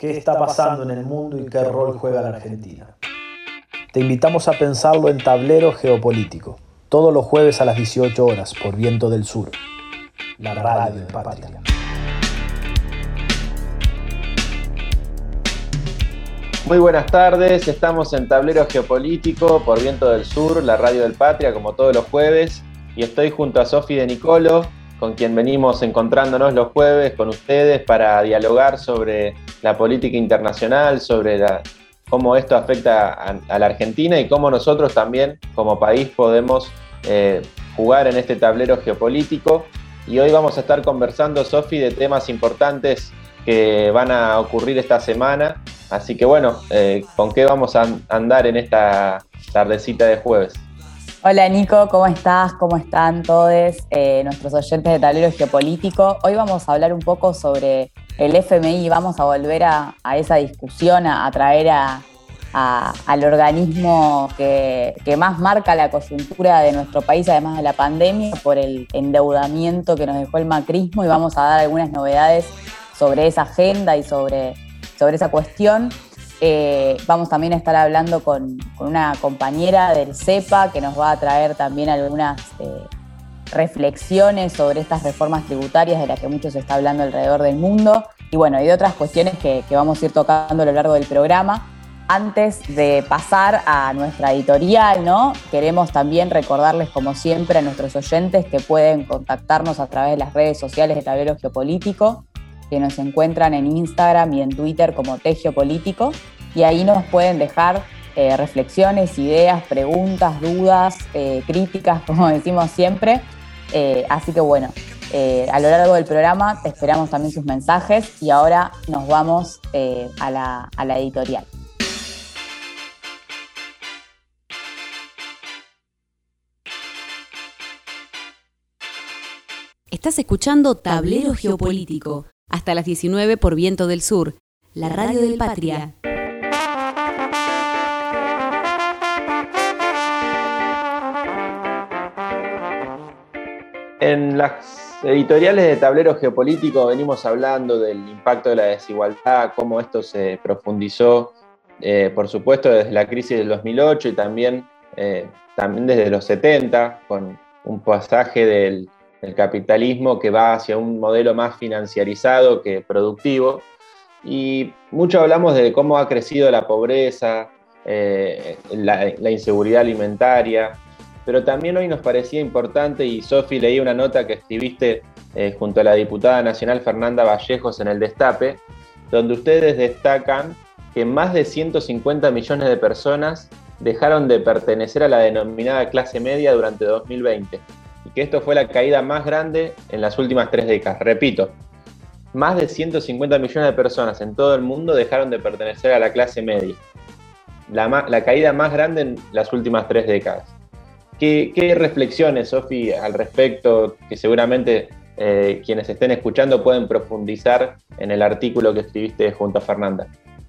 qué está pasando en el mundo y qué rol juega la Argentina. Te invitamos a pensarlo en Tablero Geopolítico, todos los jueves a las 18 horas por Viento del Sur, la radio de Patria. Muy buenas tardes, estamos en Tablero Geopolítico por Viento del Sur, la radio del Patria, como todos los jueves, y estoy junto a Sofi de Nicolo, con quien venimos encontrándonos los jueves con ustedes para dialogar sobre la política internacional, sobre cómo esto afecta a la Argentina y cómo nosotros también como país podemos jugar en este tablero geopolítico. Y hoy vamos a estar conversando, Sofi, de temas importantes que van a ocurrir esta semana. Así que bueno, ¿con qué vamos a andar en esta tardecita de jueves? Hola Nico, ¿cómo estás? ¿Cómo están todos nuestros oyentes de Tablero Geopolítico? Hoy vamos a hablar un poco sobre el FMI, vamos a volver a esa discusión, a traer al organismo que más marca la coyuntura de nuestro país, además de la pandemia, por el endeudamiento que nos dejó el macrismo, y vamos a dar algunas novedades sobre esa agenda y sobre esa cuestión. Vamos también a estar hablando con una compañera del CEPA que nos va a traer también algunas reflexiones sobre estas reformas tributarias de las que mucho se está hablando alrededor del mundo, y bueno, y de otras cuestiones que vamos a ir tocando a lo largo del programa. Antes de pasar a nuestra editorial, ¿no? Queremos también recordarles, como siempre, a nuestros oyentes que pueden contactarnos a través de las redes sociales de Tablero Geopolítico, que nos encuentran en Instagram y en Twitter como Geopolítico, y ahí nos pueden dejar reflexiones, ideas, preguntas, dudas, críticas, como decimos siempre. Así que bueno, a lo largo del programa esperamos también sus mensajes, y ahora nos vamos a la editorial. Estás escuchando Tablero Geopolítico, hasta las 19 por Viento del Sur, la radio del Patria. En las editoriales de Tablero Geopolítico venimos hablando del impacto de la desigualdad, cómo esto se profundizó, por supuesto, desde la crisis del 2008 y también desde los 70, con un pasaje del capitalismo que va hacia un modelo más financiarizado que productivo. Y mucho hablamos de cómo ha crecido la pobreza, la inseguridad alimentaria, pero también hoy nos parecía importante, y Sofi, leí una nota que escribiste junto a la diputada nacional Fernanda Vallejos en El Destape, donde ustedes destacan que más de 150 millones de personas dejaron de pertenecer a la denominada clase media durante 2020, y que esto fue la caída más grande en las últimas 3 décadas. Repito, más de 150 millones de personas en todo el mundo dejaron de pertenecer a la clase media. La caída más grande en las últimas 3 décadas. ¿Qué reflexiones, Sofi, al respecto, que seguramente quienes estén escuchando pueden profundizar en el artículo que escribiste junto a Fernanda?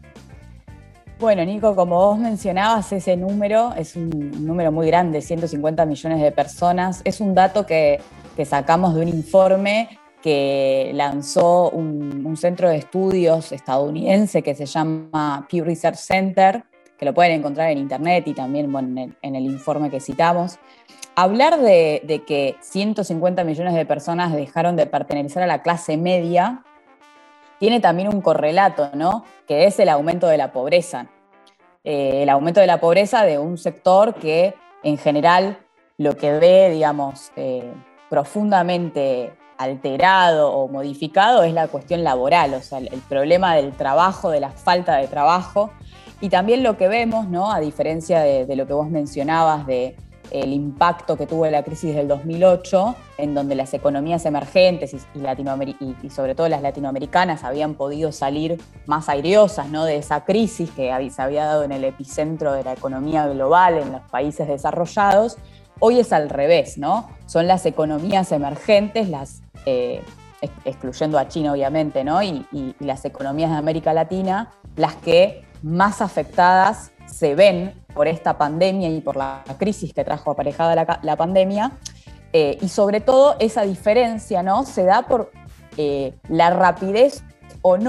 Bueno, Nico, como vos mencionabas, ese número es un número muy grande, 150 millones de personas. Es un dato que sacamos de un informe que lanzó un centro de estudios estadounidense que se llama Pew Research Center, que lo pueden encontrar en internet y también en el informe que citamos. Hablar de que 150 millones de personas dejaron de pertenecer a la clase media tiene también un correlato, ¿no? Que es el aumento de la pobreza. El aumento de la pobreza de un sector que, en general, lo que ve, digamos, profundamente alterado o modificado es la cuestión laboral, o sea, el problema del trabajo, de la falta de trabajo. Y también lo que vemos, ¿no? A diferencia de lo que vos mencionabas de el impacto que tuvo la crisis del 2008, en donde las economías emergentes y sobre todo las latinoamericanas habían podido salir más airosas, ¿no? De esa crisis que se había dado en el epicentro de la economía global en los países desarrollados. Hoy es al revés, ¿no? Son las economías emergentes, excluyendo a China obviamente, ¿no? Y las economías de América Latina, las que más afectadas se ven por esta pandemia y por la crisis que trajo aparejada la pandemia, y sobre todo esa diferencia, ¿no? Se da por la rapidez o no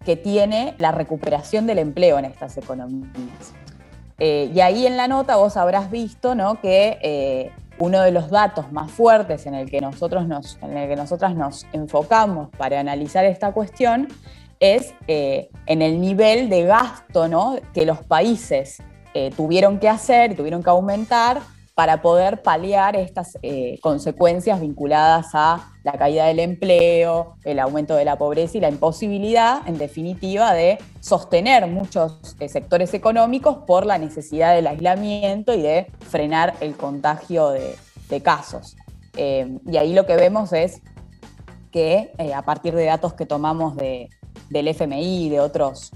que tiene la recuperación del empleo en estas economías. Y ahí en la nota vos habrás visto, ¿no?, que uno de los datos más fuertes en el que nosotras nos enfocamos para analizar esta cuestión es en el nivel de gasto, ¿no?, que los países tuvieron que hacer, tuvieron que aumentar para poder paliar estas consecuencias vinculadas a la caída del empleo, el aumento de la pobreza y la imposibilidad, en definitiva, de sostener muchos sectores económicos por la necesidad del aislamiento y de frenar el contagio de casos. Y ahí lo que vemos es que a partir de datos que tomamos del FMI y de otras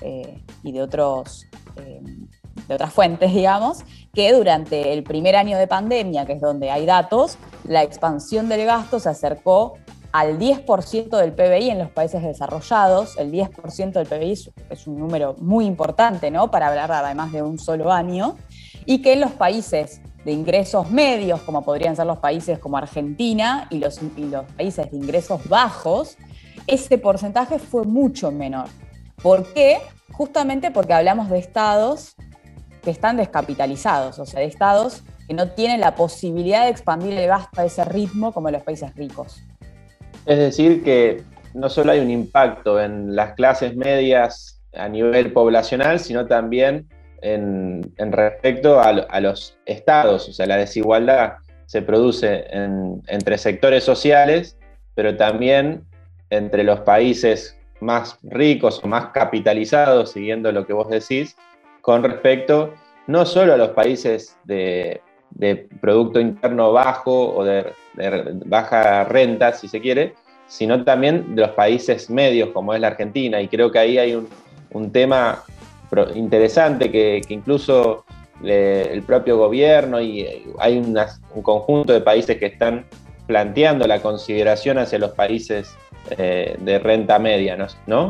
fuentes, digamos, que durante el primer año de pandemia, que es donde hay datos, la expansión del gasto se acercó al 10% del PBI en los países desarrollados. El 10% del PBI es un número muy importante, ¿no?, para hablar además de un solo año, y que en los países de ingresos medios, como podrían ser los países como Argentina, y los países de ingresos bajos, ese porcentaje fue mucho menor. ¿Por qué? Justamente porque hablamos de estados que están descapitalizados, o sea, de estados que no tienen la posibilidad de expandir el gasto a ese ritmo como los países ricos. Es decir, que no solo hay un impacto en las clases medias a nivel poblacional, sino también en respecto a los estados. O sea, la desigualdad se produce entre sectores sociales, pero también entre los países más ricos o más capitalizados, siguiendo lo que vos decís, con respecto no solo a los países de Producto Interno bajo o de baja renta, si se quiere, sino también de los países medios, como es la Argentina. Y creo que ahí hay un tema interesante que incluso el propio gobierno y hay un conjunto de países que están planteando la consideración hacia los países de renta media, ¿no?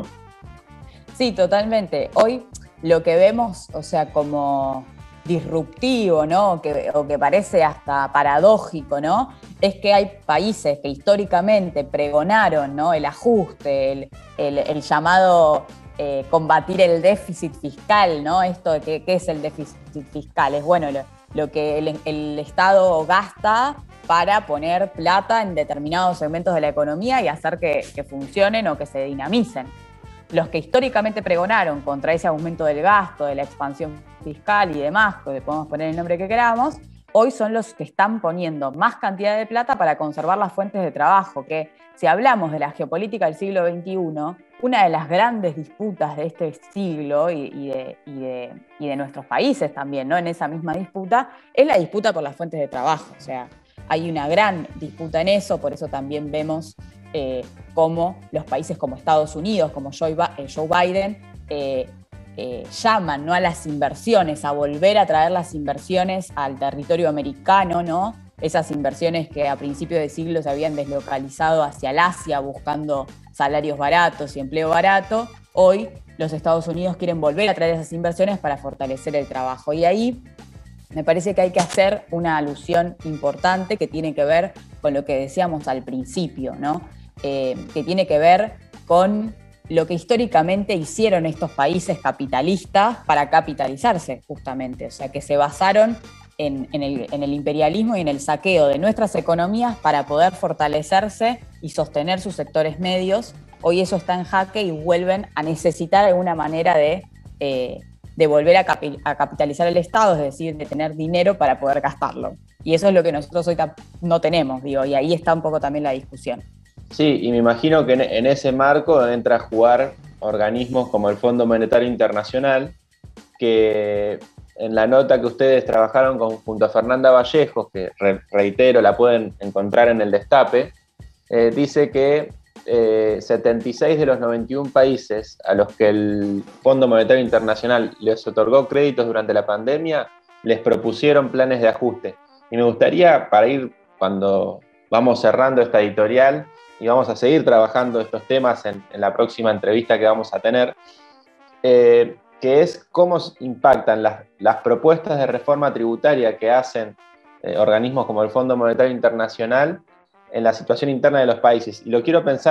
Sí, totalmente. Hoy lo que vemos, o sea, como disruptivo, ¿no?, o que parece hasta paradójico, ¿no?, es que hay países que históricamente pregonaron, ¿no?, el ajuste, el llamado combatir el déficit fiscal, ¿no? Esto de ¿qué es el déficit fiscal? Es, bueno, lo que el Estado gasta para poner plata en determinados segmentos de la economía y hacer que funcionen o que se dinamicen. Los que históricamente pregonaron contra ese aumento del gasto, de la expansión fiscal y demás, que le podemos poner el nombre que queramos, hoy son los que están poniendo más cantidad de plata para conservar las fuentes de trabajo, que si hablamos de la geopolítica del siglo XXI, una de las grandes disputas de este siglo y de nuestros países también, ¿no?, en esa misma disputa, es la disputa por las fuentes de trabajo. O sea, hay una gran disputa en eso, por eso también vemos cómo los países como Estados Unidos, como Joe Biden, llaman, ¿no?, a las inversiones, a volver a traer las inversiones al territorio americano, ¿no? Esas inversiones que a principios de siglo se habían deslocalizado hacia el Asia buscando salarios baratos y empleo barato. Hoy los Estados Unidos quieren volver a traer esas inversiones para fortalecer el trabajo. Y ahí me parece que hay que hacer una alusión importante que tiene que ver con lo que decíamos al principio, ¿no? Que tiene que ver con lo que históricamente hicieron estos países capitalistas para capitalizarse, justamente. O sea, que se basaron en el imperialismo y en el saqueo de nuestras economías para poder fortalecerse y sostener sus sectores medios. Hoy eso está en jaque y vuelven a necesitar alguna manera de volver a capitalizar el Estado, es decir, de tener dinero para poder gastarlo. Y eso es lo que nosotros hoy no tenemos, digo, y ahí está un poco también la discusión. Sí, y me imagino que en ese marco entra a jugar organismos como el Fondo Monetario Internacional, que en la nota que ustedes trabajaron junto a Fernanda Vallejos, que reitero, la pueden encontrar en el Destape, dice que 76 de los 91 países a los que el Fondo Monetario Internacional les otorgó créditos durante la pandemia, les propusieron planes de ajuste. Y me gustaría, para ir cuando vamos cerrando esta editorial, y vamos a seguir trabajando estos temas en la próxima entrevista que vamos a tener, que es cómo impactan las propuestas de reforma tributaria que hacen organismos como el Fondo Monetario Internacional en la situación interna de los países. Y lo quiero pensar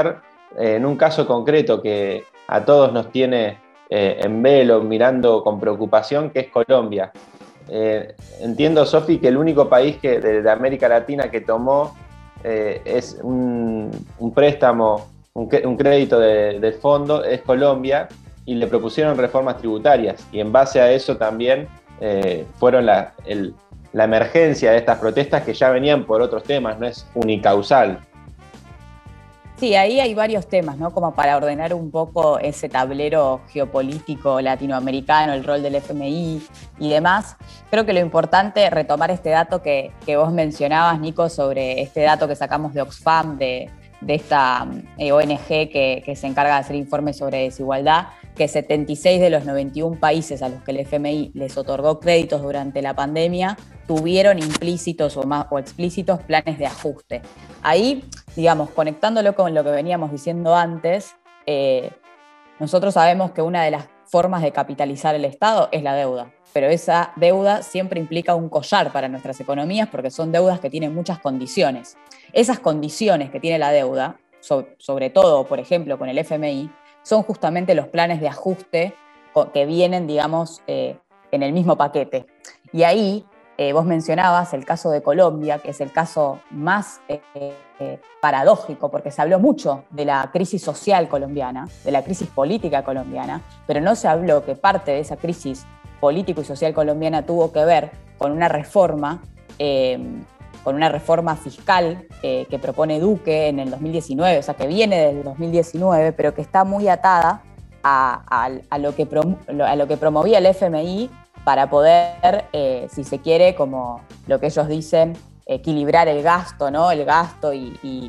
en un caso concreto que a todos nos tiene en velo, mirando con preocupación, que es Colombia. Entiendo, Sofi, que el único país de América Latina que tomó es un préstamo, un crédito del fondo, es Colombia, y le propusieron reformas tributarias, y en base a eso también fueron la emergencia de estas protestas, que ya venían por otros temas, no es unicausal. Sí, ahí hay varios temas, ¿no? Como para ordenar un poco ese tablero geopolítico latinoamericano, el rol del FMI y demás. Creo que lo importante es retomar este dato que vos mencionabas, Nico, sobre este dato que sacamos de Oxfam, de esta ONG que se encarga de hacer informes sobre desigualdad, que 76 de los 91 países a los que el FMI les otorgó créditos durante la pandemia tuvieron implícitos o explícitos planes de ajuste. Ahí, digamos, conectándolo con lo que veníamos diciendo antes, nosotros sabemos que una de las formas de capitalizar el Estado es la deuda, pero esa deuda siempre implica un collar para nuestras economías porque son deudas que tienen muchas condiciones. Esas condiciones que tiene la deuda, sobre todo, por ejemplo, con el FMI, son justamente los planes de ajuste que vienen, digamos, en el mismo paquete. Y ahí vos mencionabas el caso de Colombia, que es el caso más paradójico, porque se habló mucho de la crisis social colombiana, de la crisis política colombiana, pero no se habló que parte de esa crisis político y social colombiana tuvo que ver con una reforma fiscal que propone Duque en el 2019, o sea, que viene del 2019, pero que está muy atada a lo que promovía el FMI para poder, si se quiere, como lo que ellos dicen, equilibrar el gasto, ¿no? El gasto y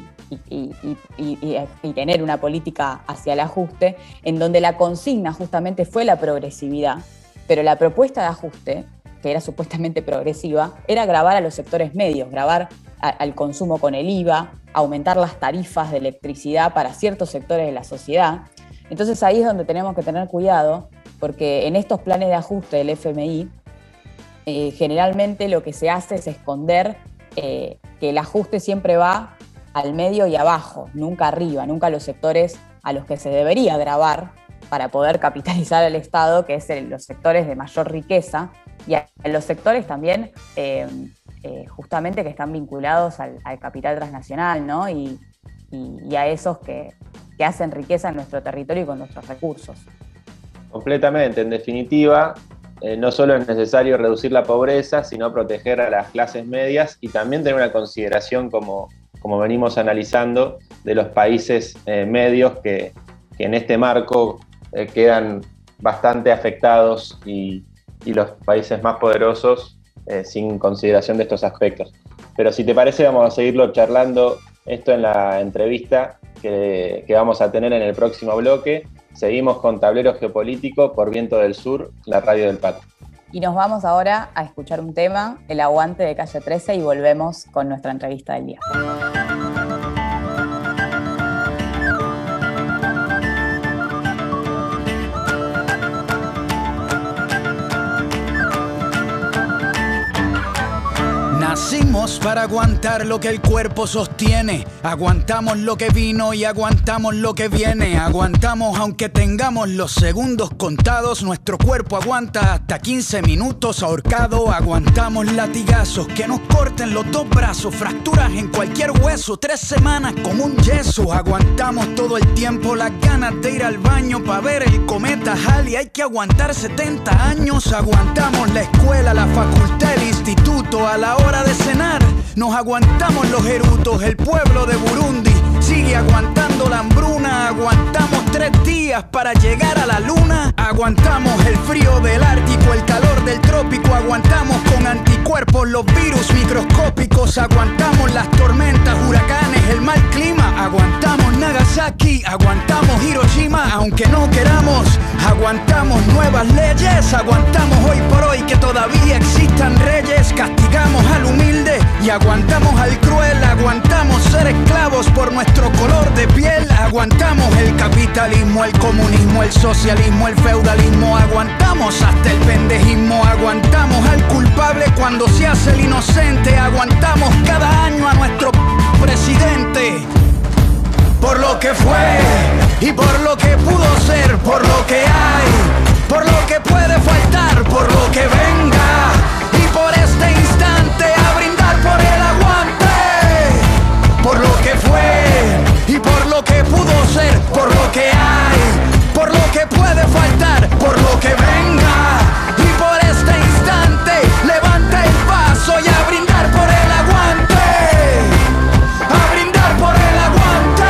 tener una política hacia el ajuste, en donde la consigna justamente fue la progresividad, pero la propuesta de ajuste, que era supuestamente progresiva, era gravar a los sectores medios, gravar al consumo con el IVA, aumentar las tarifas de electricidad para ciertos sectores de la sociedad. Entonces ahí es donde tenemos que tener cuidado, porque en estos planes de ajuste del FMI, generalmente lo que se hace es esconder que el ajuste siempre va al medio y abajo, nunca arriba, nunca a los sectores a los que se debería gravar para poder capitalizar al Estado, que es los sectores de mayor riqueza, y a los sectores también justamente que están vinculados al capital transnacional, ¿no? y a esos que hacen riqueza en nuestro territorio y con nuestros recursos. Completamente, en definitiva, no solo es necesario reducir la pobreza, sino proteger a las clases medias y también tener una consideración, como venimos analizando, de los países medios que en este marco quedan bastante afectados y los países más poderosos sin consideración de estos aspectos. Pero si te parece, vamos a seguirlo charlando esto en la entrevista que vamos a tener en el próximo bloque. Seguimos con Tablero Geopolítico por Viento del Sur, la radio del Pato. Y nos vamos ahora a escuchar un tema, El Aguante de Calle 13, y volvemos con nuestra entrevista del día. Nacimos para aguantar lo que el cuerpo sostiene. Aguantamos lo que vino y aguantamos lo que viene. Aguantamos aunque tengamos los segundos contados. Nuestro cuerpo aguanta hasta 15 minutos ahorcado. Aguantamos latigazos que nos corten los dos brazos. Fracturas en cualquier hueso, 3 semanas con un yeso. Aguantamos todo el tiempo las ganas de ir al baño para ver el cometa Halley. Hay que aguantar 70 años. Aguantamos la escuela, la facultad, el instituto. A la hora de cenar nos aguantamos los erutos. El pueblo de Burundi sigue aguantando la hambruna. Aguantamos 3 días para llegar a la luna. Aguantamos el frío del Ártico, el calor del trópico. Aguantamos con anticuerpos los virus microscópicos. Aguantamos las tormentas, huracanes, el mal clima. Aguantamos Nagasaki, aguantamos Hiroshima, aunque no queramos. Aguantamos nuevas leyes. Aguantamos hoy por hoy que todavía existan reyes. Castigamos al humilde y aguantamos al cruel. Aguantamos ser esclavos por nuestro color de piel. Aguantamos el capitalismo, el comunismo, el socialismo, el feudalismo. Aguantamos hasta el pendejismo. Aguantamos al culpable cuando se hace el inocente. Aguantamos cada año a nuestro presidente. por lo que fue y por lo que pudo ser, por lo que hay, por lo que puede faltar, por lo que venga y por este instante a brindar por el aguante, por lo que fue y por lo que pudo ser, por lo que hay, por lo que puede faltar, por lo que venga y por este instante levanta el vaso y a brindar por el aguante, a brindar por el aguante.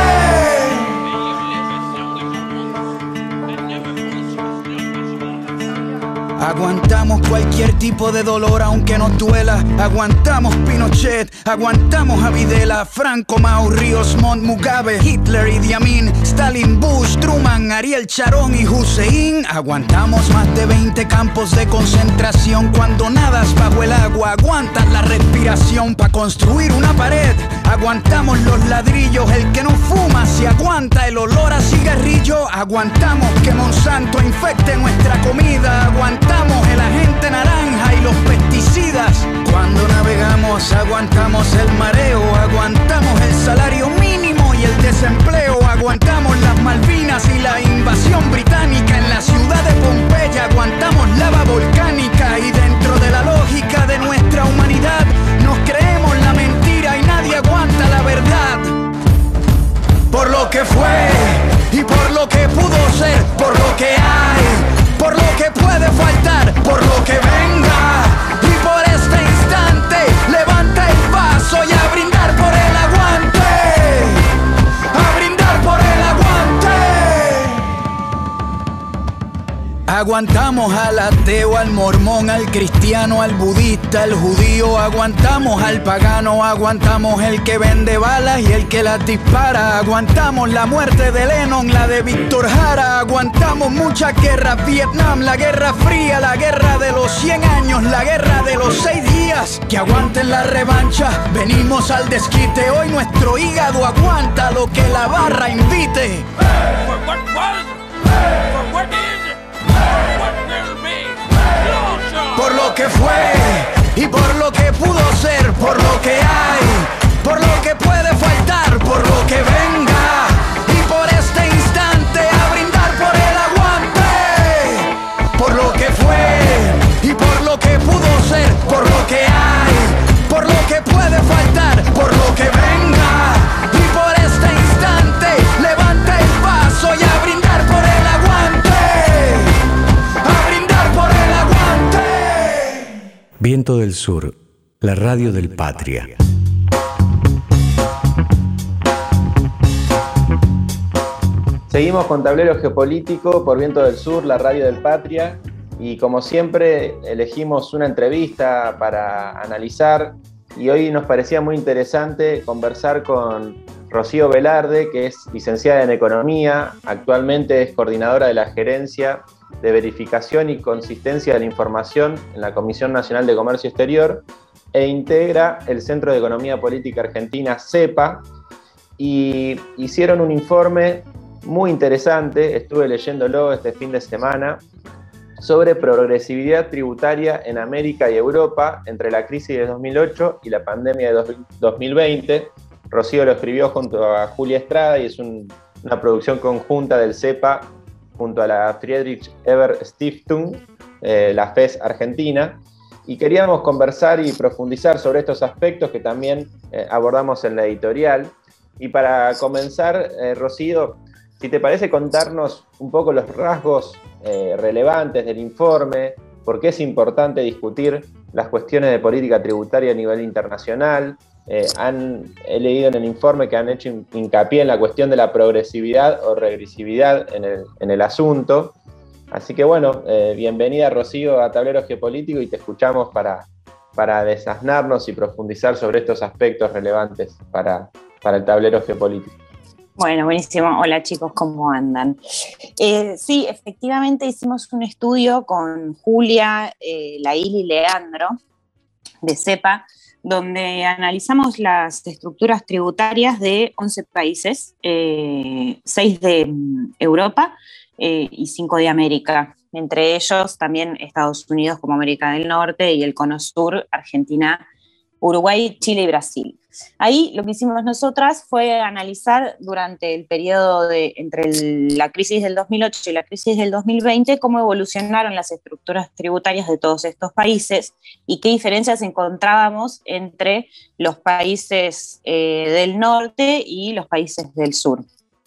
Aguantamos cualquier tipo de dolor aunque nos duela. Aguantamos Pinochet, aguantamos a Videla, Franco, Mao, Ríos Montt, Mugabe, Hitler, Idi Amin, Stalin, Bush, Truman, Ariel Sharon y Hussein. Aguantamos más de 20 campos de concentración. Cuando nadas bajo el agua aguantas la respiración para construir una pared. Aguantamos los ladrillos, el que no fuma si aguanta el olor a cigarrillo. Aguantamos que Monsanto infecte nuestra comida. Aguantamos el agente naranja y los pesticidas. Cuando navegamos aguantamos el mareo. Aguantamos el salario mínimo y el desempleo. Aguantamos las Malvinas y la invasión británica en la ciudad de Pompeya. Aguantamos lava volcánica y dentro de la lógica de nuestra humanidad nos creemos la mentira y nadie aguanta la verdad. Por lo que fue y por lo que pudo ser, por lo que hay, por lo que puede faltar, por lo que venga y por este instante levanta el vaso y a brindar por el aguante, a brindar por el aguante. Aguantamos al ateo, al mormón, al cristiano, al budista, al judío. Aguantamos al pagano, aguantamos el que vende balas y el que las dispara. Aguantamos la muerte de Lennon, la de Víctor Jara. Aguantamos muchas guerras, Vietnam, la Guerra Fría, la guerra de los 100 años, la guerra de los 6 días. Que aguanten la revancha, venimos al desquite. Hoy nuestro hígado aguanta lo que la barra invite. Por lo que fue y por lo que pudo ser, por lo que hay, por lo que puede faltar, por lo que venga y por este instante a brindar por el aguante, por lo que fue y por lo que pudo ser, por lo que hay, por lo que puede faltar, por lo que venga y por este instante levanta el vaso y a brindar por el aguante, a brindar por el aguante. Viento del Sur, la radio del Patria. Seguimos con Tablero Geopolítico por Viento del Sur, la radio del Patria, y como siempre elegimos una entrevista para analizar, y hoy nos parecía muy interesante conversar con Rocío Velarde, que es licenciada en Economía, actualmente es coordinadora de la Gerencia de Verificación y Consistencia de la Información en la Comisión Nacional de Comercio Exterior e integra el Centro de Economía Política Argentina, CEPA, y hicieron un informe muy interesante, estuve leyéndolo este fin de semana, sobre progresividad tributaria en América y Europa entre la crisis de 2008 y la pandemia de 2020. Rocío lo escribió junto a Julia Estrada y es una producción conjunta del CEPA junto a la Friedrich Ebert Stiftung, la FES Argentina, y queríamos conversar y profundizar sobre estos aspectos que también abordamos en la editorial. Y para comenzar, Rocío, si te parece contarnos un poco los rasgos relevantes del informe, por qué es importante discutir las cuestiones de política tributaria a nivel internacional. He leído en el informe que han hecho hincapié en la cuestión de la progresividad o regresividad en el asunto. Así que bueno, bienvenida Rocío a Tablero Geopolítico y te escuchamos para desasnarnos y profundizar sobre estos aspectos relevantes para el tablero geopolítico. Bueno, buenísimo. Hola chicos, ¿cómo andan? Sí, efectivamente hicimos un estudio con Julia, Lail y Leandro de CEPA, donde analizamos las estructuras tributarias de 11 países, 6 de Europa y 5 de América. Entre ellos también Estados Unidos como América del Norte y el Cono Sur, Argentina, Uruguay, Chile y Brasil. Ahí lo que hicimos nosotras fue analizar durante el periodo entre la crisis del 2008 y la crisis del 2020 cómo evolucionaron las estructuras tributarias de todos estos países y qué diferencias encontrábamos entre los países del norte y los países del sur.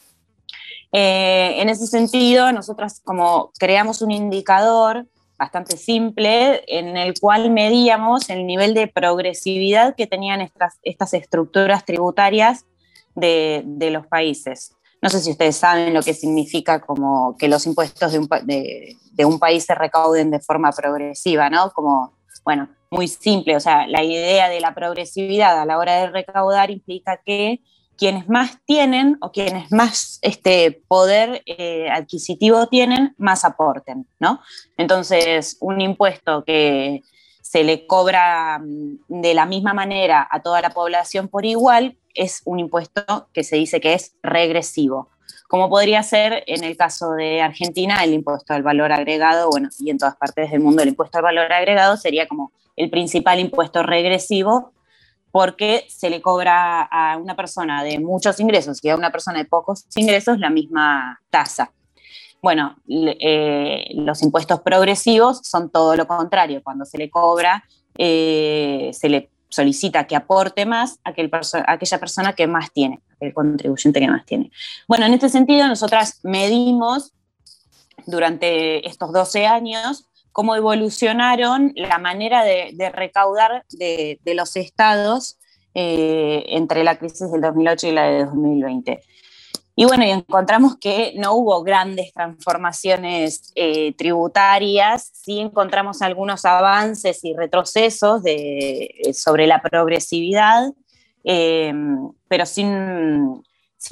En ese sentido, nosotras como creamos un indicador bastante simple en el cual medíamos el nivel de progresividad que tenían estas estructuras tributarias de los países. No sé si ustedes saben lo que significa como que los impuestos de un país se recauden de forma progresiva, ¿no? Como, bueno, muy simple, o sea, la idea de la progresividad a la hora de recaudar implica que quienes más tienen o quienes más poder adquisitivo tienen, más aporten, ¿no? Entonces, un impuesto que se le cobra de la misma manera a toda la población por igual es un impuesto que se dice que es regresivo, como podría ser en el caso de Argentina el impuesto al valor agregado, bueno, y en todas partes del mundo el impuesto al valor agregado sería como el principal impuesto regresivo, porque se le cobra a una persona de muchos ingresos y a una persona de pocos ingresos la misma tasa. Bueno, los impuestos progresivos son todo lo contrario. Cuando se le cobra, se le solicita que aporte más a aquella persona que más tiene, el contribuyente que más tiene. Bueno, en este sentido, nosotras medimos durante estos 12 años cómo evolucionaron la manera de recaudar de los estados entre la crisis del 2008 y la de 2020. Y bueno, y encontramos que no hubo grandes transformaciones tributarias, sí encontramos algunos avances y retrocesos sobre la progresividad, pero sin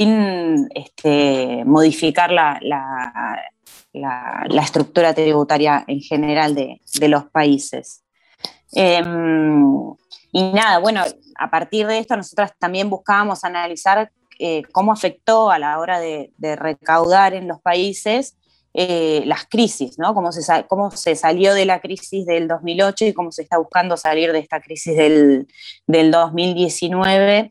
modificar la estructura tributaria en general de los países. Y nada, bueno, a partir de esto nosotras también buscábamos analizar cómo afectó a la hora de recaudar en los países las crisis, ¿no? Cómo se salió de la crisis del 2008 y cómo se está buscando salir de esta crisis del 2019,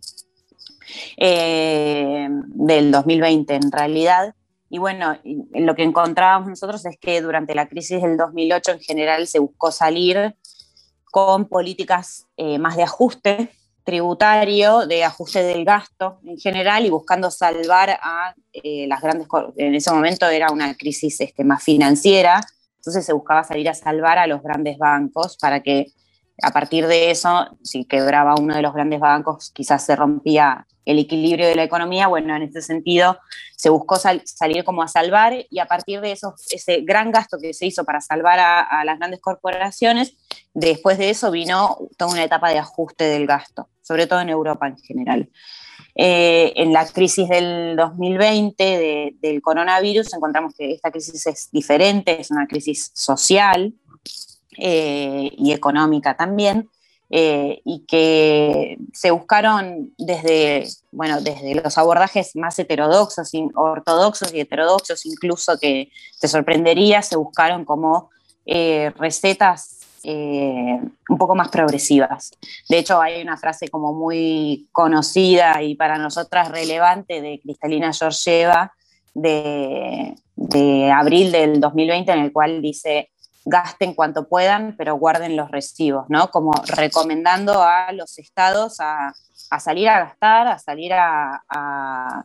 del 2020 en realidad. Y bueno, lo que encontrábamos nosotros es que durante la crisis del 2008 en general se buscó salir con políticas más de ajuste tributario, de ajuste del gasto en general y buscando salvar a las grandes, en ese momento era una crisis más financiera, entonces se buscaba salir a salvar a los grandes bancos para que a partir de eso, si quebraba uno de los grandes bancos, quizás se rompía el equilibrio de la economía. Bueno, en este sentido se buscó salir como a salvar y a partir de eso, ese gran gasto que se hizo para salvar a las grandes corporaciones, después de eso vino toda una etapa de ajuste del gasto, sobre todo en Europa en general. En la crisis del 2020 del coronavirus encontramos que esta crisis es diferente, es una crisis social y económica también, y que se buscaron desde los abordajes más ortodoxos y heterodoxos, incluso que te sorprendería, se buscaron como recetas un poco más progresivas. De hecho, hay una frase como muy conocida y para nosotras relevante de Kristalina Georgieva de abril del 2020, en el cual dice: gasten cuanto puedan, pero guarden los recibos, ¿no? Como recomendando a los estados a salir a gastar, a salir a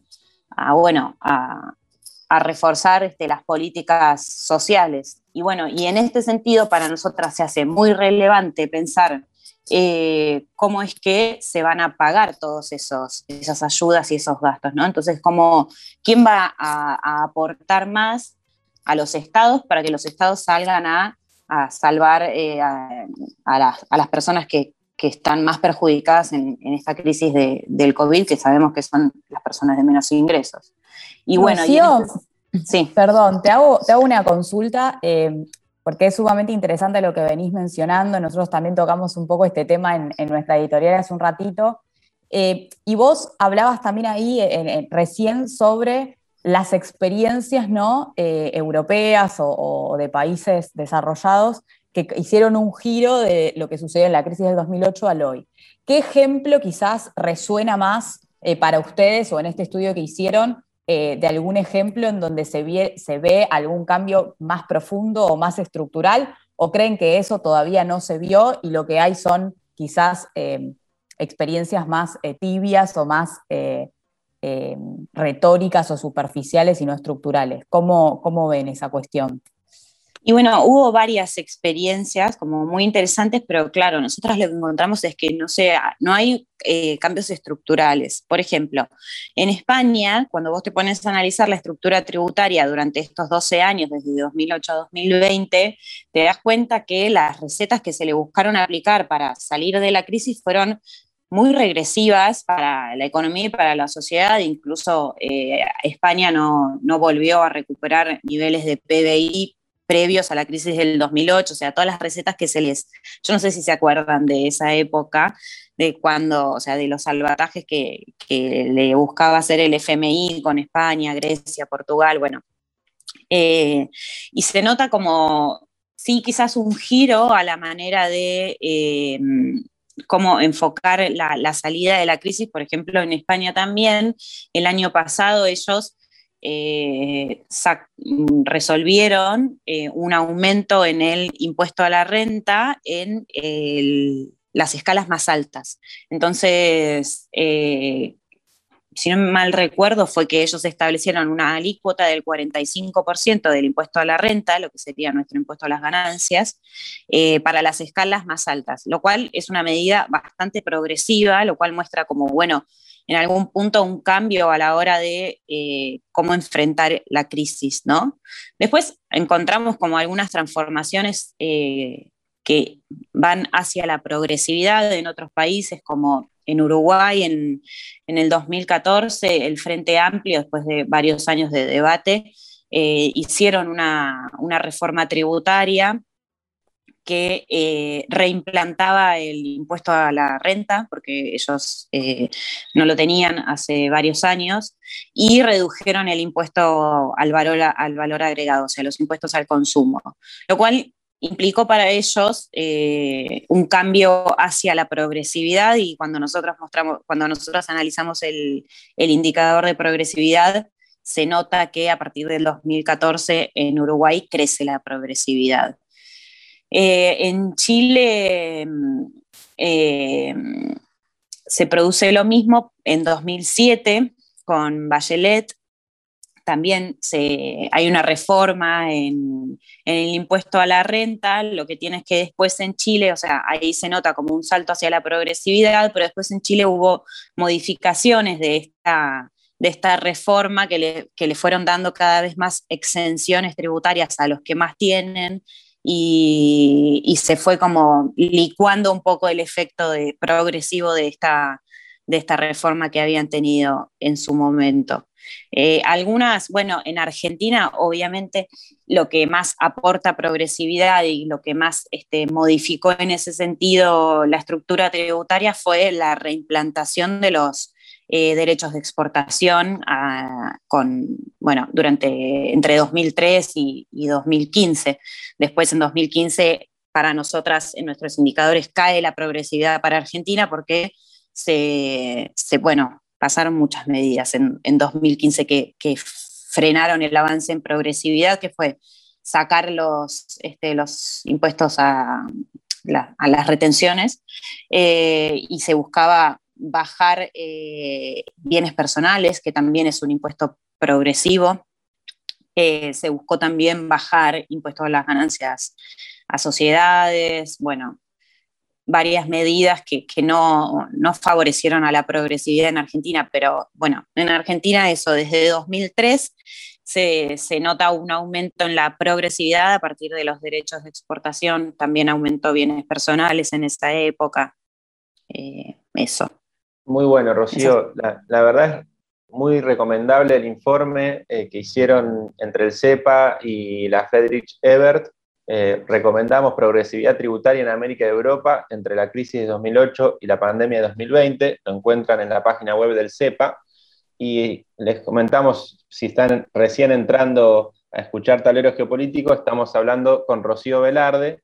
reforzar las políticas sociales. Y bueno, y en este sentido para nosotras se hace muy relevante pensar cómo es que se van a pagar todas esas ayudas y esos gastos, ¿no? Entonces, ¿quién va a aportar más a los estados para que los estados salgan a salvar a las personas que están más perjudicadas en esta crisis del COVID, que sabemos que son las personas de menos ingresos? Y bueno, sí. Perdón, te hago una consulta, porque es sumamente interesante lo que venís mencionando. Nosotros también tocamos un poco este tema en nuestra editorial hace un ratito. Y vos hablabas también ahí recién sobre las experiencias, ¿no? Europeas o de países desarrollados que hicieron un giro de lo que sucedió en la crisis del 2008 al hoy. ¿Qué ejemplo quizás resuena más para ustedes o en este estudio que hicieron de algún ejemplo en donde se ve algún cambio más profundo o más estructural? ¿O creen que eso todavía no se vio y lo que hay son quizás experiencias más tibias o más retóricas o superficiales y no estructurales? ¿Cómo ven esa cuestión? Y bueno, hubo varias experiencias como muy interesantes, pero claro, nosotros lo que encontramos es que no hay cambios estructurales. Por ejemplo, en España, cuando vos te pones a analizar la estructura tributaria durante estos 12 años, desde 2008 a 2020, te das cuenta que las recetas que se le buscaron aplicar para salir de la crisis fueron muy regresivas para la economía y para la sociedad. Incluso España no volvió a recuperar niveles de PBI previos a la crisis del 2008, o sea, todas las recetas que yo no sé si se acuerdan de esa época, de cuando, o sea, de los salvatajes que le buscaba hacer el FMI con España, Grecia, Portugal, bueno. Y se nota como, sí, quizás un giro a la manera de cómo enfocar la salida de la crisis. Por ejemplo, en España también, el año pasado ellos resolvieron un aumento en el impuesto a la renta en las escalas más altas. Entonces, si no mal recuerdo, fue que ellos establecieron una alícuota del 45% del impuesto a la renta, lo que sería nuestro impuesto a las ganancias, para las escalas más altas, lo cual es una medida bastante progresiva, lo cual muestra como, bueno, en algún punto un cambio a la hora de cómo enfrentar la crisis, ¿no? Después encontramos como algunas transformaciones que van hacia la progresividad en otros países, como en Uruguay en el 2014, el Frente Amplio, después de varios años de debate, hicieron una reforma tributaria que reimplantaba el impuesto a la renta, porque ellos no lo tenían hace varios años, y redujeron el impuesto al valor agregado, o sea, los impuestos al consumo, lo cual implicó para ellos un cambio hacia la progresividad. Y cuando nosotros analizamos el indicador de progresividad, se nota que a partir del 2014 en Uruguay crece la progresividad. En Chile se produce lo mismo en 2007 con Bachelet. También hay una reforma en el impuesto a la renta. Lo que tienes que después en Chile, o sea, ahí se nota como un salto hacia la progresividad, pero después en Chile hubo modificaciones de esta reforma que le fueron dando cada vez más exenciones tributarias a los que más tienen, y se fue como licuando un poco el efecto progresivo de esta reforma que habían tenido en su momento. Bueno, en Argentina obviamente lo que más aporta progresividad y lo que más modificó en ese sentido la estructura tributaria fue la reimplantación de los derechos de exportación entre 2003 y 2015. Después en 2015 para nosotras en nuestros indicadores cae la progresividad para Argentina porque pasaron muchas medidas en 2015 que frenaron el avance en progresividad, que fue sacar los impuestos a las retenciones, y se buscaba bajar bienes personales, que también es un impuesto progresivo. Se buscó también bajar impuestos a las ganancias a sociedades, bueno, varias medidas que no favorecieron a la progresividad en Argentina, pero bueno, en Argentina eso, desde 2003 se nota un aumento en la progresividad a partir de los derechos de exportación, también aumentó bienes personales en esa época, eso. Muy bueno, Rocío, la verdad es muy recomendable el informe que hicieron entre el CEPA y la Friedrich Ebert. Recomendamos progresividad tributaria en América y Europa entre la crisis de 2008 y la pandemia de 2020. Lo encuentran en la página web del CEPA. Y les comentamos, si están recién entrando a escuchar Tablero Geopolítico, estamos hablando con Rocío Velarde,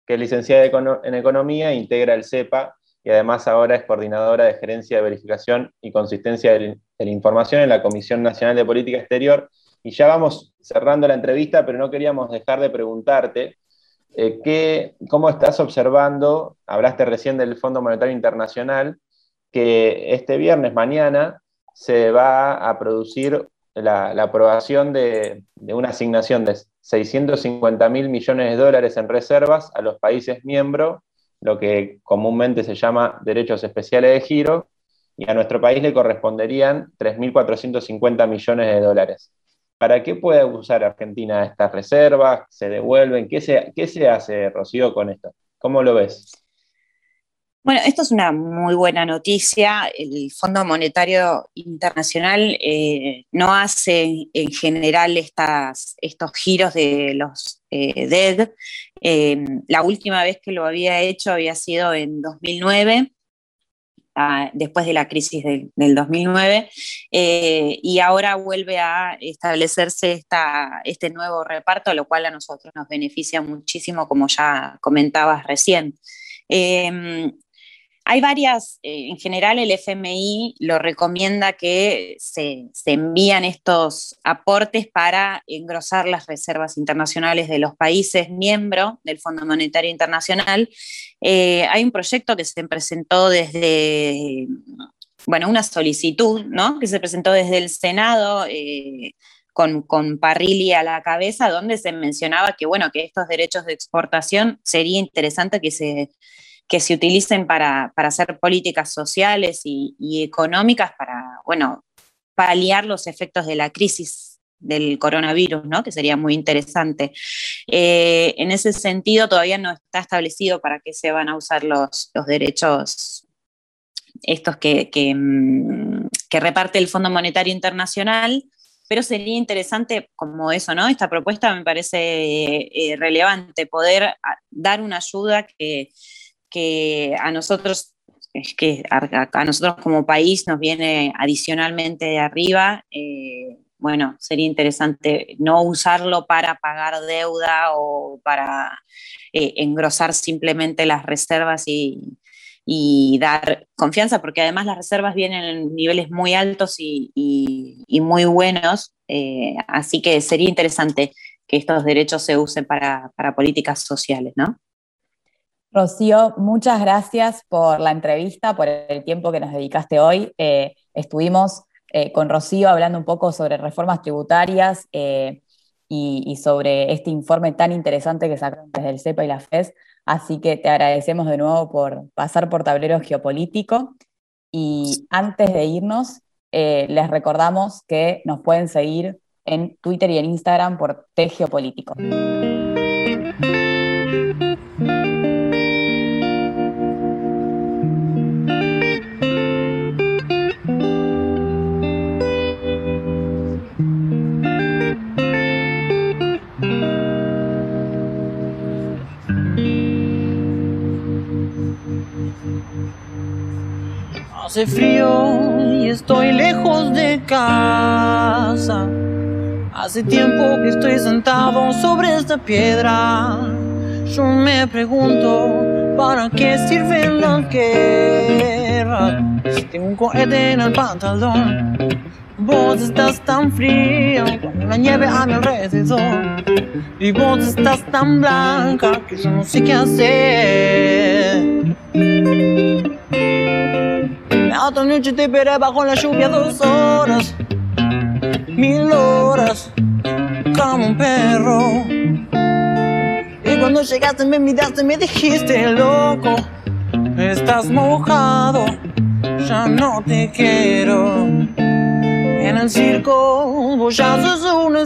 que es licenciada en Economía, integra el CEPA y además ahora es coordinadora de Gerencia de Verificación y Consistencia de la Información en la Comisión Nacional de Política Exterior. Y ya vamos cerrando la entrevista, pero no queríamos dejar de preguntarte cómo estás observando, hablaste recién del Fondo Monetario Internacional, que este viernes, mañana, se va a producir la aprobación de una asignación de 650.000 millones de dólares en reservas a los países miembros, lo que comúnmente se llama derechos especiales de giro, y a nuestro país le corresponderían 3.450 millones de dólares. ¿Para qué puede usar Argentina estas reservas? ¿Se devuelven? ¿Qué se hace, Rocío, con esto? ¿Cómo lo ves? Bueno, esto es una muy buena noticia. El Fondo Monetario Internacional no hace en general estos giros de los DED. La última vez que lo había hecho había sido en 2009, después de la crisis del 2009, y ahora vuelve a establecerse este nuevo reparto, lo cual a nosotros nos beneficia muchísimo, como ya comentabas recién. Hay varias, en general el FMI lo recomienda que se envían estos aportes para engrosar las reservas internacionales de los países miembros del Fondo Monetario Internacional. Hay un proyecto que se presentó desde, una solicitud, ¿no?, que se presentó desde el Senado, con Parrilli a la cabeza, donde se mencionaba que estos derechos de exportación sería interesante que se utilicen para hacer políticas sociales y económicas para, paliar los efectos de la crisis del coronavirus, ¿no?, que sería muy interesante. En ese sentido, todavía no está establecido para qué se van a usar los derechos estos que reparte el Fondo Monetario Internacional, pero sería interesante como eso, ¿no? Esta propuesta me parece relevante, poder dar una ayuda que a nosotros como país nos viene adicionalmente de arriba. Sería interesante no usarlo para pagar deuda o para engrosar simplemente las reservas y dar confianza, porque además las reservas vienen en niveles muy altos y muy buenos, así que sería interesante que estos derechos se usen para políticas sociales, ¿no? Rocío, muchas gracias por la entrevista, por el tiempo que nos dedicaste hoy. Estuvimos con Rocío hablando un poco sobre reformas tributarias y sobre este informe tan interesante que sacaron desde el CEPA y la FES, así que te agradecemos de nuevo por pasar por Tablero Geopolítico. Y antes de irnos, les recordamos que nos pueden seguir en Twitter y en Instagram por TGeopolítico. Hace frío y estoy lejos de casa. Hace tiempo que estoy sentado sobre esta piedra. Yo me pregunto, ¿para qué sirven las guerras? Tengo un cohete en el pantalón. Vos estás tan frío con la nieve a mi alrededor. Y vos estás tan blanca que yo no sé qué hacer. La otra noche te esperé bajo la lluvia 2 horas, 1000 horas, como un perro. Y cuando llegaste me miraste, me dijiste, loco, estás mojado, ya no te quiero. En el circo vos ya sos una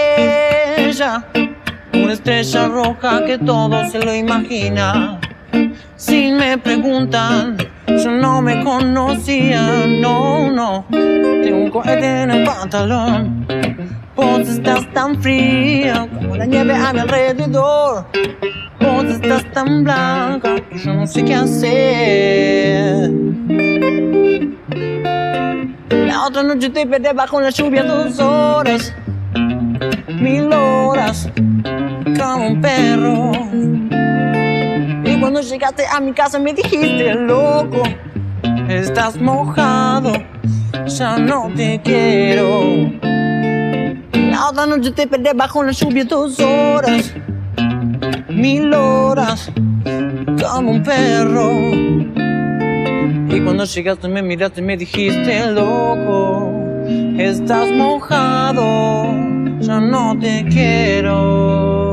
estrella roja que todo se lo imagina. Si me preguntan, yo no me conocía, no. Tengo un cohete en el pantalón. Vos estás tan fría como la nieve a mi alrededor. Vos estás tan blanca que yo no sé qué hacer. La otra noche te perdí bajo la lluvia 2 horas, 1000 horas, como un perro. llegaste a mi casa me dijiste loco, estás mojado, ya no te quiero. La otra noche te perdí bajo la lluvia 2 horas, 1000 horas, como un perro. Y cuando llegaste me miraste y me dijiste loco, estás mojado, ya no te quiero.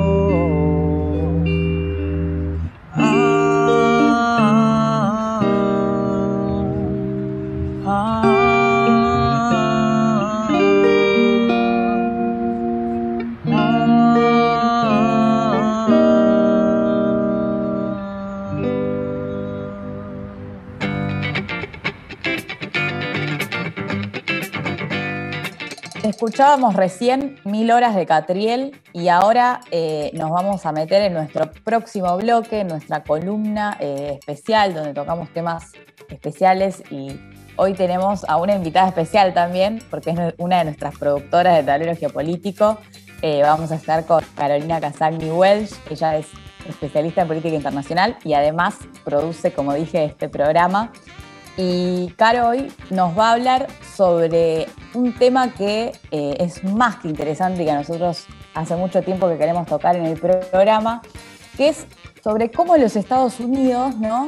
Escuchábamos recién 1000 horas de Catriel y ahora nos vamos a meter en nuestro próximo bloque, en nuestra columna especial donde tocamos temas especiales, y hoy tenemos a una invitada especial también porque es una de nuestras productoras de Tablero Geopolítico. Vamos a estar con Carolina Casagni Welch. Ella es especialista en política internacional y además produce, como dije, este programa. Y Caro hoy nos va a hablar sobre un tema que es más que interesante y que a nosotros hace mucho tiempo que queremos tocar en el programa, que es sobre cómo los Estados Unidos, ¿no?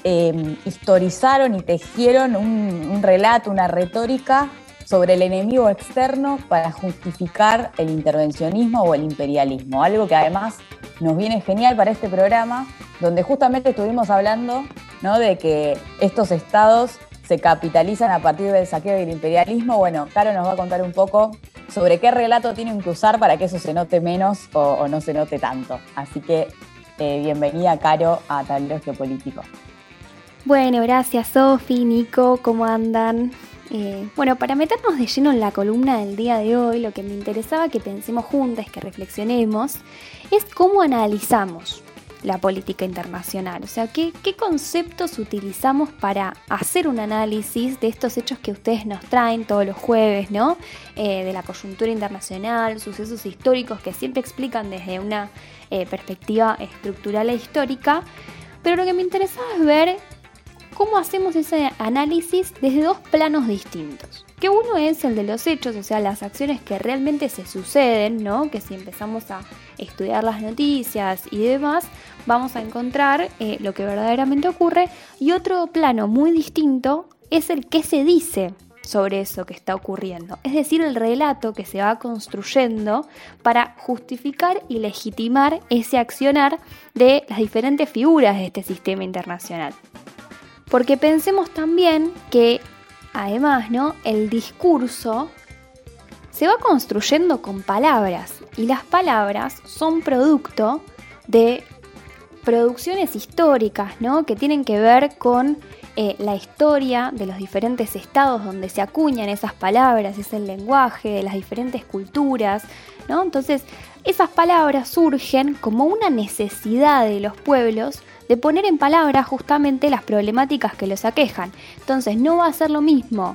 Historizaron y tejieron un relato, una retórica sobre el enemigo externo para justificar el intervencionismo o el imperialismo. Algo que además nos viene genial para este programa, donde justamente estuvimos hablando, ¿no?, de que estos estados se capitalizan a partir del saqueo del imperialismo. Bueno, Caro nos va a contar un poco sobre qué relato tienen que usar para que eso se note menos o no se note tanto. Así que bienvenida, Caro, a Tablero Geopolítico. Bueno, gracias Sofi, Nico, ¿cómo andan? Bueno, para meternos de lleno en la columna del día de hoy, lo que me interesaba que pensemos juntas, que reflexionemos, es cómo analizamos la política internacional. O sea, ¿qué conceptos utilizamos para hacer un análisis de estos hechos que ustedes nos traen todos los jueves, ¿no? De la coyuntura internacional, sucesos históricos que siempre explican desde una perspectiva estructural e histórica. Pero lo que me interesaba es ver cómo hacemos ese análisis desde 2 planos distintos. Que uno es el de los hechos, o sea, las acciones que realmente se suceden, ¿no? Que si empezamos a estudiar las noticias y demás, vamos a encontrar lo que verdaderamente ocurre. Y otro plano muy distinto es el que se dice sobre eso que está ocurriendo. Es decir, el relato que se va construyendo para justificar y legitimar ese accionar de las diferentes figuras de este sistema internacional. Porque pensemos también que, además, ¿no?, el discurso se va construyendo con palabras, y las palabras son producto de producciones históricas, ¿no?, que tienen que ver con la historia de los diferentes estados donde se acuñan esas palabras, es el lenguaje de las diferentes culturas, ¿no? Entonces, esas palabras surgen como una necesidad de los pueblos de poner en palabras justamente las problemáticas que los aquejan. Entonces, no va a ser lo mismo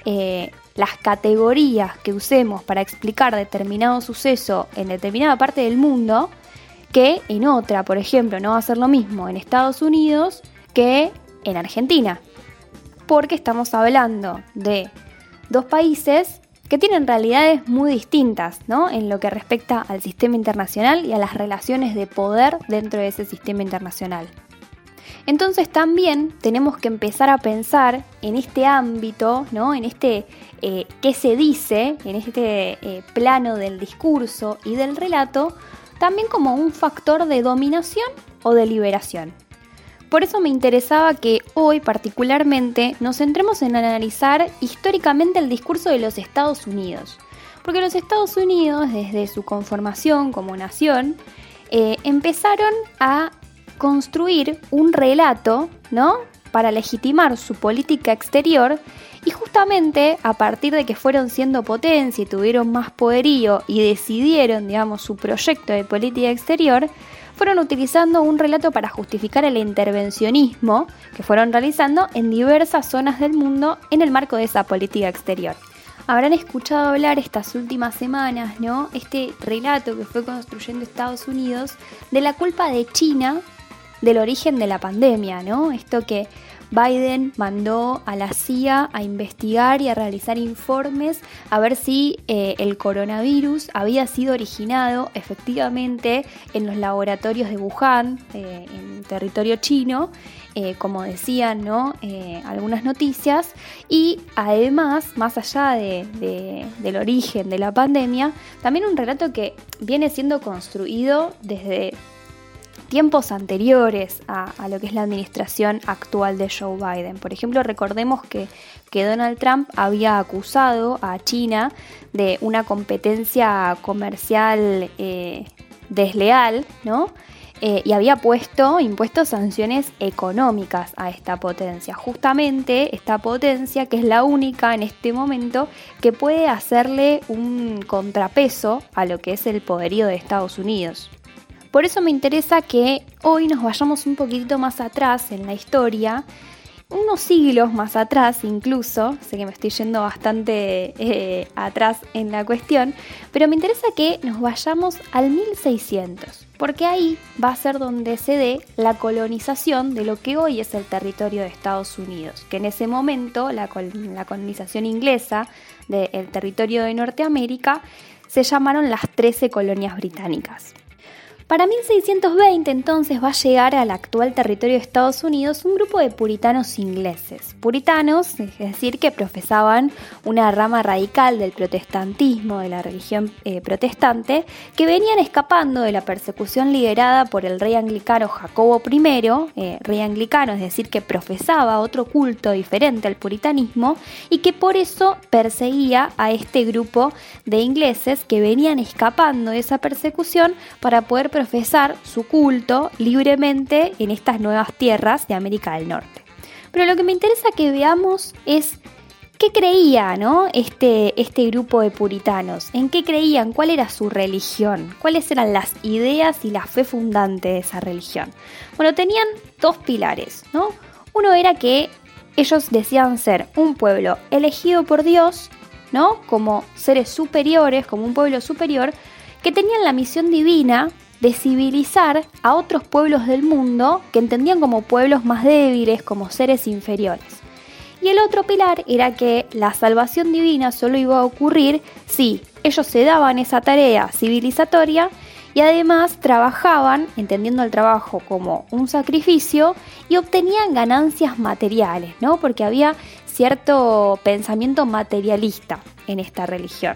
las categorías que usemos para explicar determinado suceso en determinada parte del mundo que en otra. Por ejemplo, no va a ser lo mismo en Estados Unidos que en Argentina, porque estamos hablando de 2 países que tienen realidades muy distintas, ¿no?, en lo que respecta al sistema internacional y a las relaciones de poder dentro de ese sistema internacional. Entonces también tenemos que empezar a pensar en este ámbito, ¿no?, en este qué se dice, en este plano del discurso y del relato, también como un factor de dominación o de liberación. Por eso me interesaba que hoy particularmente nos centremos en analizar históricamente el discurso de los Estados Unidos. Porque los Estados Unidos, desde su conformación como nación, empezaron a construir un relato, ¿no?, para legitimar su política exterior, y justamente a partir de que fueron siendo potencia y tuvieron más poderío y decidieron, digamos, su proyecto de política exterior, fueron utilizando un relato para justificar el intervencionismo que fueron realizando en diversas zonas del mundo en el marco de esa política exterior. Habrán escuchado hablar estas últimas semanas, ¿no?, este relato que fue construyendo Estados Unidos de la culpa de China del origen de la pandemia, ¿no? Esto que Biden mandó a la CIA a investigar y a realizar informes a ver si el coronavirus había sido originado efectivamente en los laboratorios de Wuhan, en territorio chino, como decían, ¿no? Algunas noticias, y además, más allá del origen de la pandemia, también un relato que viene siendo construido desde tiempos anteriores a lo que es la administración actual de Joe Biden. Por ejemplo, recordemos que Donald Trump había acusado a China de una competencia comercial desleal, ¿no? Y había impuesto sanciones económicas a esta potencia. Justamente esta potencia, que es la única en este momento que puede hacerle un contrapeso a lo que es el poderío de Estados Unidos. Por eso me interesa que hoy nos vayamos un poquitito más atrás en la historia, unos siglos más atrás incluso. Sé que me estoy yendo bastante atrás en la cuestión, pero me interesa que nos vayamos al 1600, porque ahí va a ser donde se dé la colonización de lo que hoy es el territorio de Estados Unidos, que en ese momento la colonización inglesa del territorio de Norteamérica se llamaron las 13 colonias británicas. Para 1620 entonces va a llegar al actual territorio de Estados Unidos un grupo de puritanos ingleses. Puritanos, es decir, que profesaban una rama radical del protestantismo, de la religión protestante, que venían escapando de la persecución liderada por el rey anglicano Jacobo I, rey anglicano, es decir, que profesaba otro culto diferente al puritanismo y que por eso perseguía a este grupo de ingleses que venían escapando de esa persecución para poder profesar su culto libremente en estas nuevas tierras de América del Norte. Pero lo que me interesa que veamos es qué creía, ¿no? este grupo de puritanos, en qué creían, cuál era su religión, cuáles eran las ideas y la fe fundante de esa religión. Bueno, tenían dos pilares, ¿no? Uno era que ellos decían ser un pueblo elegido por Dios, ¿no? Como seres superiores, como un pueblo superior, que tenían la misión divina de civilizar a otros pueblos del mundo que entendían como pueblos más débiles, como seres inferiores. Y el otro pilar era que la salvación divina solo iba a ocurrir si ellos se daban esa tarea civilizatoria y además trabajaban, entendiendo el trabajo como un sacrificio, y obtenían ganancias materiales, ¿no? Porque había cierto pensamiento materialista en esta religión.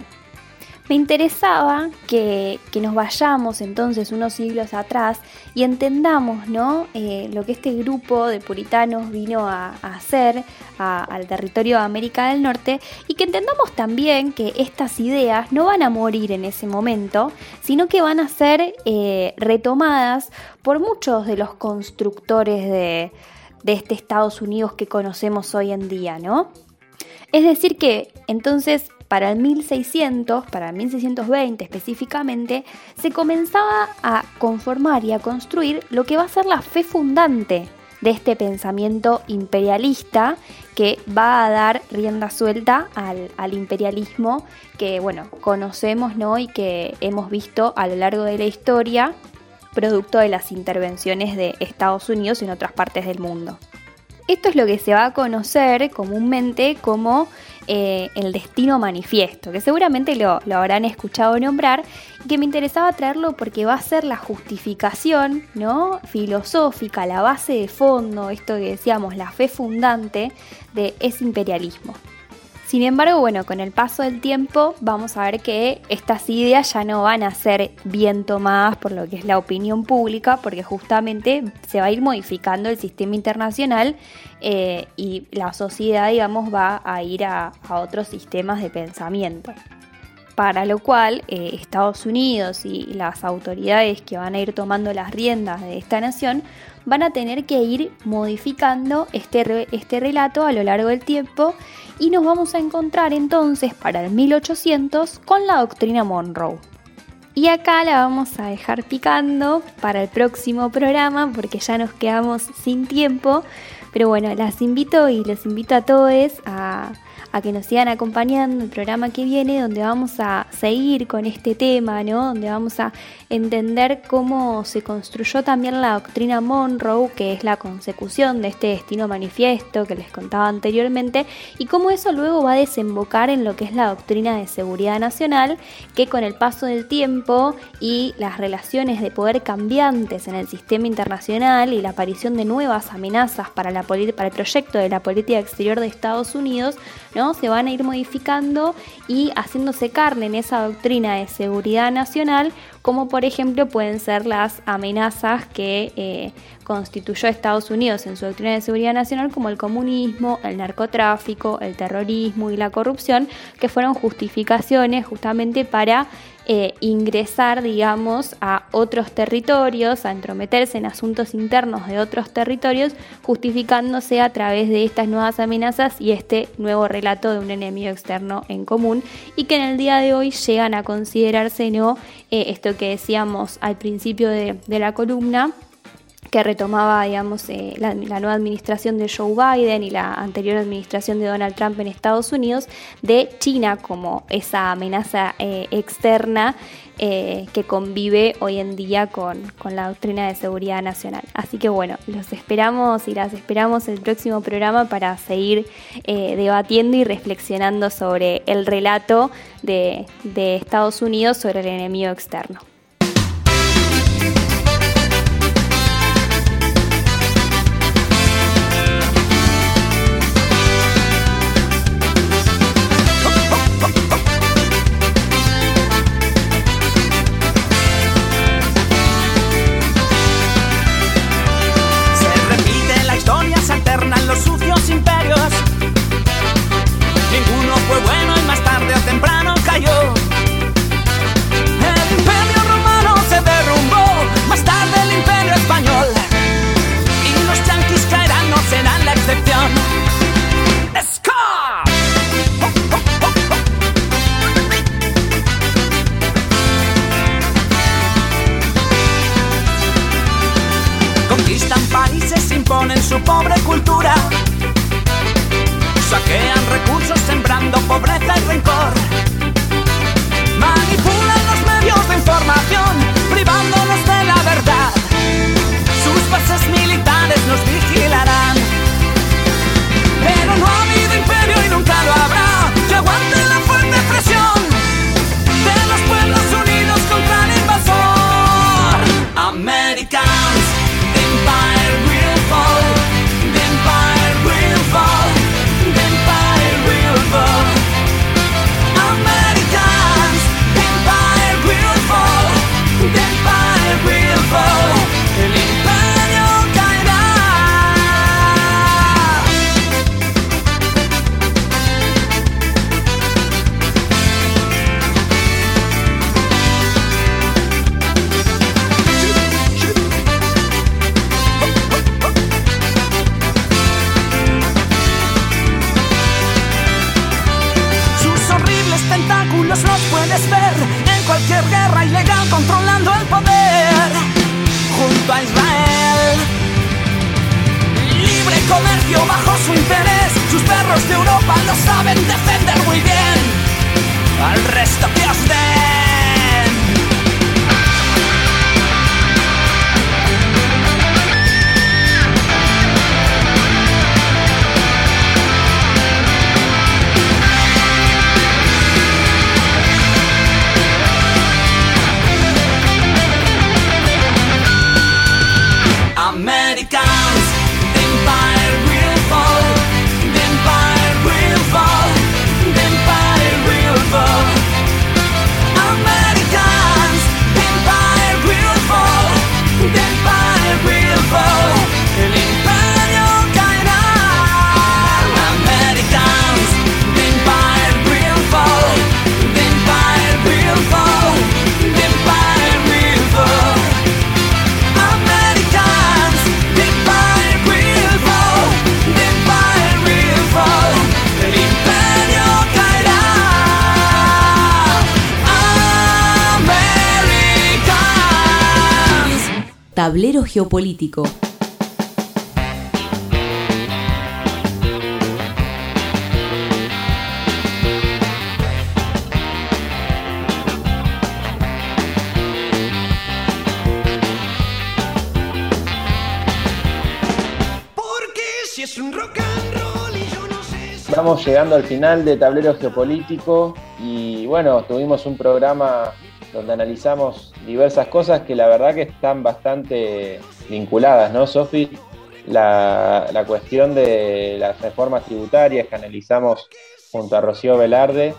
Me interesaba que nos vayamos entonces unos siglos atrás y entendamos, ¿no? Lo que este grupo de puritanos vino a hacer al territorio de América del Norte, y que entendamos también que estas ideas no van a morir en ese momento, sino que van a ser retomadas por muchos de los constructores de este Estados Unidos que conocemos hoy en día, ¿no? Es decir que entonces para el 1600, para el 1620 específicamente, se comenzaba a conformar y a construir lo que va a ser la fe fundante de este pensamiento imperialista que va a dar rienda suelta al imperialismo que, bueno, conocemos, ¿no? Y que hemos visto a lo largo de la historia, producto de las intervenciones de Estados Unidos en otras partes del mundo. Esto es lo que se va a conocer comúnmente como el destino manifiesto, que seguramente lo habrán escuchado nombrar, y que me interesaba traerlo porque va a ser la justificación, ¿no? Filosófica, la base de fondo, esto que decíamos, la fe fundante de ese imperialismo. Sin embargo, bueno, con el paso del tiempo vamos a ver que estas ideas ya no van a ser bien tomadas por lo que es la opinión pública, porque justamente se va a ir modificando el sistema internacional y la sociedad, digamos, va a ir a otros sistemas de pensamiento. Para lo cual Estados Unidos y las autoridades que van a ir tomando las riendas de esta nación van a tener que ir modificando este relato a lo largo del tiempo, y nos vamos a encontrar entonces para el 1800 con la doctrina Monroe. Y acá la vamos a dejar picando para el próximo programa porque ya nos quedamos sin tiempo, pero bueno, las invito y los invito a todos a a que nos sigan acompañando en el programa que viene, donde vamos a seguir con este tema, ¿no? Donde vamos a entender cómo se construyó también la doctrina Monroe, que es la consecución de este destino manifiesto que les contaba anteriormente, y cómo eso luego va a desembocar en lo que es la doctrina de seguridad nacional, que con el paso del tiempo y las relaciones de poder cambiantes en el sistema internacional y la aparición de nuevas amenazas para el proyecto de la política exterior de Estados Unidos, ¿no? Se van a ir modificando y haciéndose carne en esa doctrina de seguridad nacional, como por ejemplo pueden ser las amenazas que constituyó Estados Unidos en su doctrina de seguridad nacional, como el comunismo, el narcotráfico, el terrorismo y la corrupción, que fueron justificaciones justamente para ingresar, digamos, a otros territorios, a entrometerse en asuntos internos de otros territorios, justificándose a través de estas nuevas amenazas y este nuevo relato de un enemigo externo en común, y que en el día de hoy llegan a considerarse, ¿no? Esto que decíamos al principio de la columna, que retomaba, digamos, la nueva administración de Joe Biden y la anterior administración de Donald Trump en Estados Unidos, de China como esa amenaza externa que convive hoy en día con la doctrina de seguridad nacional. Así que bueno, los esperamos y las esperamos el próximo programa para seguir debatiendo y reflexionando sobre el relato de Estados Unidos sobre el enemigo externo. Los sucios imperios, ninguno fue bueno y más tarde o temprano cayó. El imperio romano se derrumbó, más tarde el imperio español, y los yanquis caerán, no serán la excepción. ¡Ska! Conquistan países, imponen su pobre cultura, saquean recursos sembrando pobreza y rencor, manipulan los medios de información, privándonos de la verdad. Sus bases militares nos vigilarán, pero no ha habido imperio y nunca lo habrá que aguante la fuerte presión de los pueblos unidos contra el invasor. Americans, the empire will fall, the empire will fall, the empire will fall. Americans, the empire will fall, the empire will fall. El imperio caerá. Tentáculos los puedes ver en cualquier guerra ilegal, controlando el poder junto a Israel. Libre comercio bajo su interés, sus perros de Europa lo saben defender muy bien. Al resto que os den. Americans, the empire will fall, the empire will fall, the empire will fall. Americans, the empire will fall, the empire will fall. El imperio caerá. Americans, the empire will fall, the empire will fall, the empire will fall. Americans, the empire will fall, the empire will fall. El imperio caerá. Americans. Tablero geopolítico. Estamos llegando al final de Tablero Geopolítico y bueno, tuvimos un programa donde analizamos diversas cosas que la verdad que están bastante vinculadas, ¿no, Sofi? La cuestión de las reformas tributarias que analizamos junto a Rocío Velarde,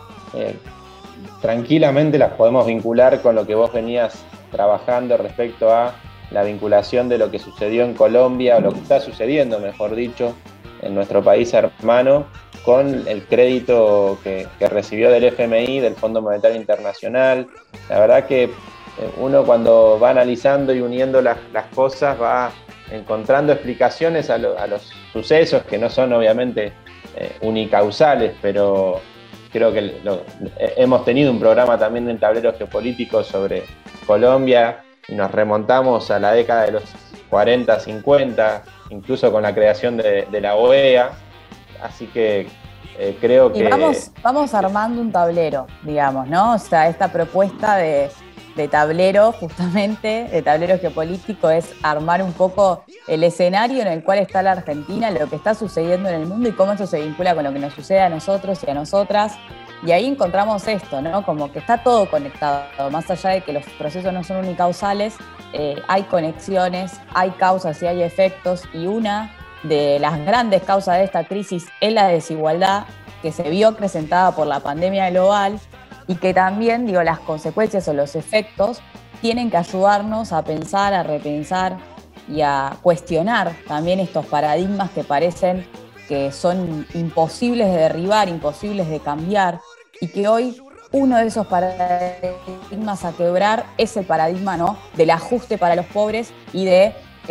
tranquilamente las podemos vincular con lo que vos venías trabajando respecto a la vinculación de lo que sucedió en Colombia, o lo que está sucediendo, mejor dicho, en nuestro país hermano, con el crédito que recibió del FMI, del Fondo Monetario Internacional. La verdad que uno cuando va analizando y uniendo las cosas va encontrando explicaciones a los sucesos que no son obviamente unicausales, pero creo que hemos tenido un programa también en Tablero Geopolítico sobre Colombia y nos remontamos a la década de los 40, 50, incluso con la creación de la OEA, así que creo que... Vamos armando un tablero, digamos, ¿no? O sea, esta propuesta de tablero, justamente, de tablero geopolítico, es armar un poco el escenario en el cual está la Argentina, lo que está sucediendo en el mundo y cómo eso se vincula con lo que nos sucede a nosotros y a nosotras. Y ahí encontramos esto, ¿no? Como que está todo conectado, más allá de que los procesos no son unicausales, hay conexiones, hay causas y hay efectos, y una de las grandes causas de esta crisis es la desigualdad que se vio acrecentada por la pandemia global y que también, digo, las consecuencias o los efectos tienen que ayudarnos a pensar, a repensar y a cuestionar también estos paradigmas que parecen que son imposibles de derribar, imposibles de cambiar, y que hoy uno de esos paradigmas a quebrar es el paradigma, ¿no?, del ajuste para los pobres y de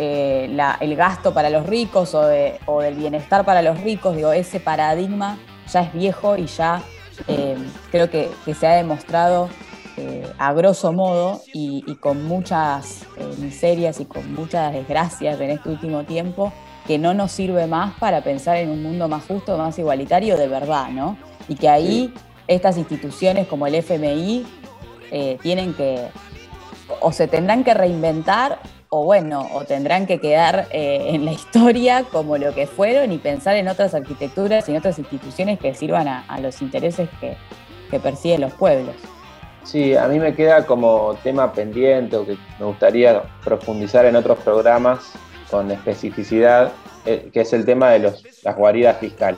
el gasto para los ricos o del bienestar para los ricos. Digo, ese paradigma ya es viejo y ya creo que se ha demostrado a grosso modo y con muchas miserias y con muchas desgracias en este último tiempo, que no nos sirve más para pensar en un mundo más justo, más igualitario de verdad, ¿no? Y que ahí estas instituciones como el FMI tienen que, o se tendrán que reinventar, o tendrán que quedar en la historia como lo que fueron y pensar en otras arquitecturas y en otras instituciones que sirvan a los intereses que persiguen los pueblos. Sí, a mí me queda como tema pendiente, o que me gustaría profundizar en otros programas con especificidad, que es el tema de las guaridas fiscales.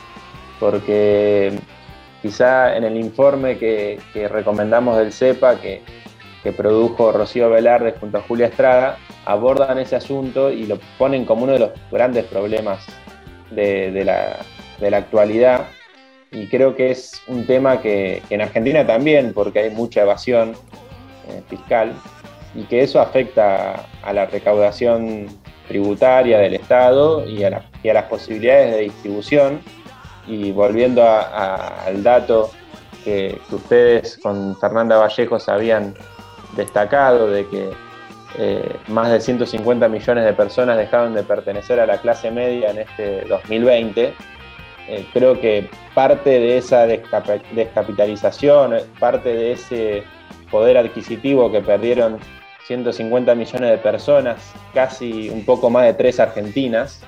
Porque quizá en el informe que recomendamos del CEPA, que produjo Rocío Velarde junto a Julia Estrada, abordan ese asunto y lo ponen como uno de los grandes problemas de la actualidad. Y creo que es un tema que en Argentina también, porque hay mucha evasión fiscal, y que eso afecta a la recaudación tributaria del Estado y a las posibilidades de distribución. Y volviendo al dato que ustedes con Fernanda Vallejos habían destacado, de que más de 150 millones de personas dejaron de pertenecer a la clase media en este 2020, creo que parte de esa descapitalización, parte de ese poder adquisitivo que perdieron 150 millones de personas, casi un poco más de 3 Argentinas,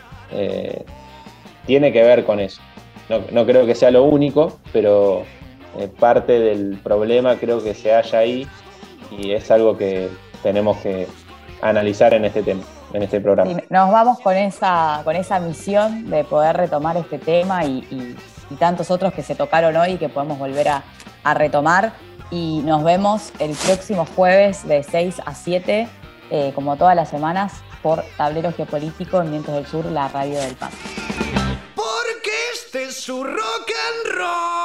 tiene que ver con eso. No creo que sea lo único, pero parte del problema creo que se halla ahí, y es algo que tenemos que analizar en este tema, en este programa. Sí, nos vamos con esa misión de poder retomar este tema y tantos otros que se tocaron hoy y que podemos volver a retomar. Y nos vemos el próximo jueves de 6 a 7, como todas las semanas, por Tablero Geopolítico en Vientos del Sur, la radio del Patria. Porque este es su rock and roll.